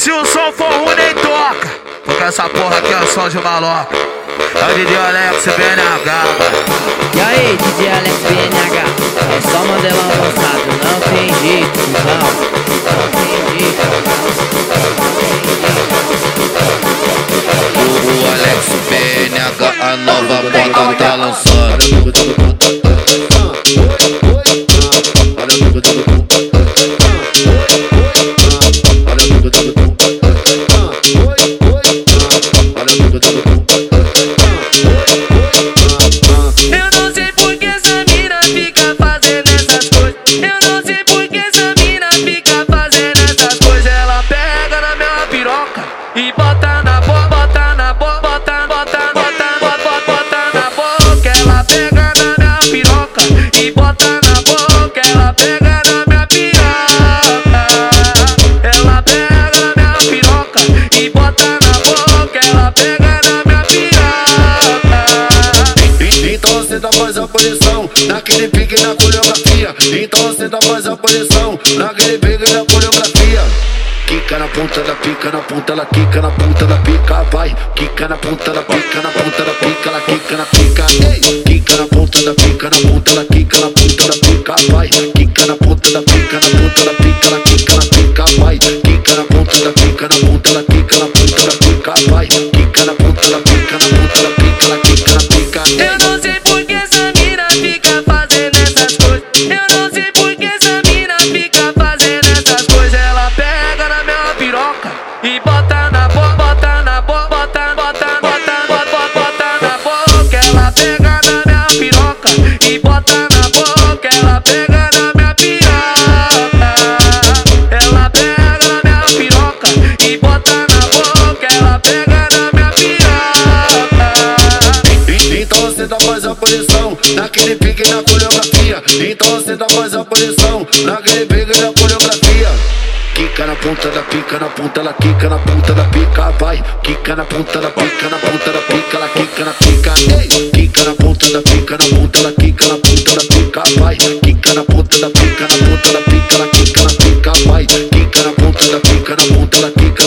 Se o som for ruim nem toca, porque essa porra aqui é som de maloca. É o DJ Alex BNH. E aí, DJ Alex BNH, é só modelão avançado, não tem jeito, não tem jeito. O Alex BNH, a nova moda tá lançando. E bota na boca, bota na boca, bota na boca. Ela pega na minha piroca. E bota na boca, ela pega na minha piroca. Ela pega na minha piroca. E bota na boca, ela pega na minha piroca. Então cê tá faz a posição naquele pique na coreografia. Então cê tá faz a posição naquele pique na coreografia. Quica na ponta da pica, na ponta ela quica, na ponta da pica, vai. Quica na ponta da pica, na ponta da pica, ela quica na pica. Ei, quica na ponta da pica, na ponta ela quica, na ponta da pica, vai. Quica na ponta da pica, na ponta da pica, ela quica na pica, vai. Quica na ponta da pica, na ponta ela quica, na ponta da pica, vai. Quica na ponta da pica, na ponta da pica, ela quica na pica. Eu não sei por que essa mina fica fazendo essas coisas. Eu não sei por que essa mina fica fazendo essas coisas. Ela pega na minha piroca e bota na boca, bota na boca, bota na boca. Ela pega na minha piroca e bota na boca. Ela pega na minha piroca. Ela pega na minha piroca e bota na boca. Ela pega na minha piroca. Então cê tá faz a posição naquele pique na coreografia. Então cê tá faz a posição naquele pique na coreografia. Quica na ponta da pica, na ponta ela quica, na ponta da pica, vai. Quica na ponta da pica, na ponta da pica, ela quica na pica. Ei, quica na ponta da pica, na ponta ela quica, na ponta da pica, vai. Quica na ponta da pica, na ponta da pica, ela quica na pica, vai. Quica na ponta da pica, na ponta ela quica.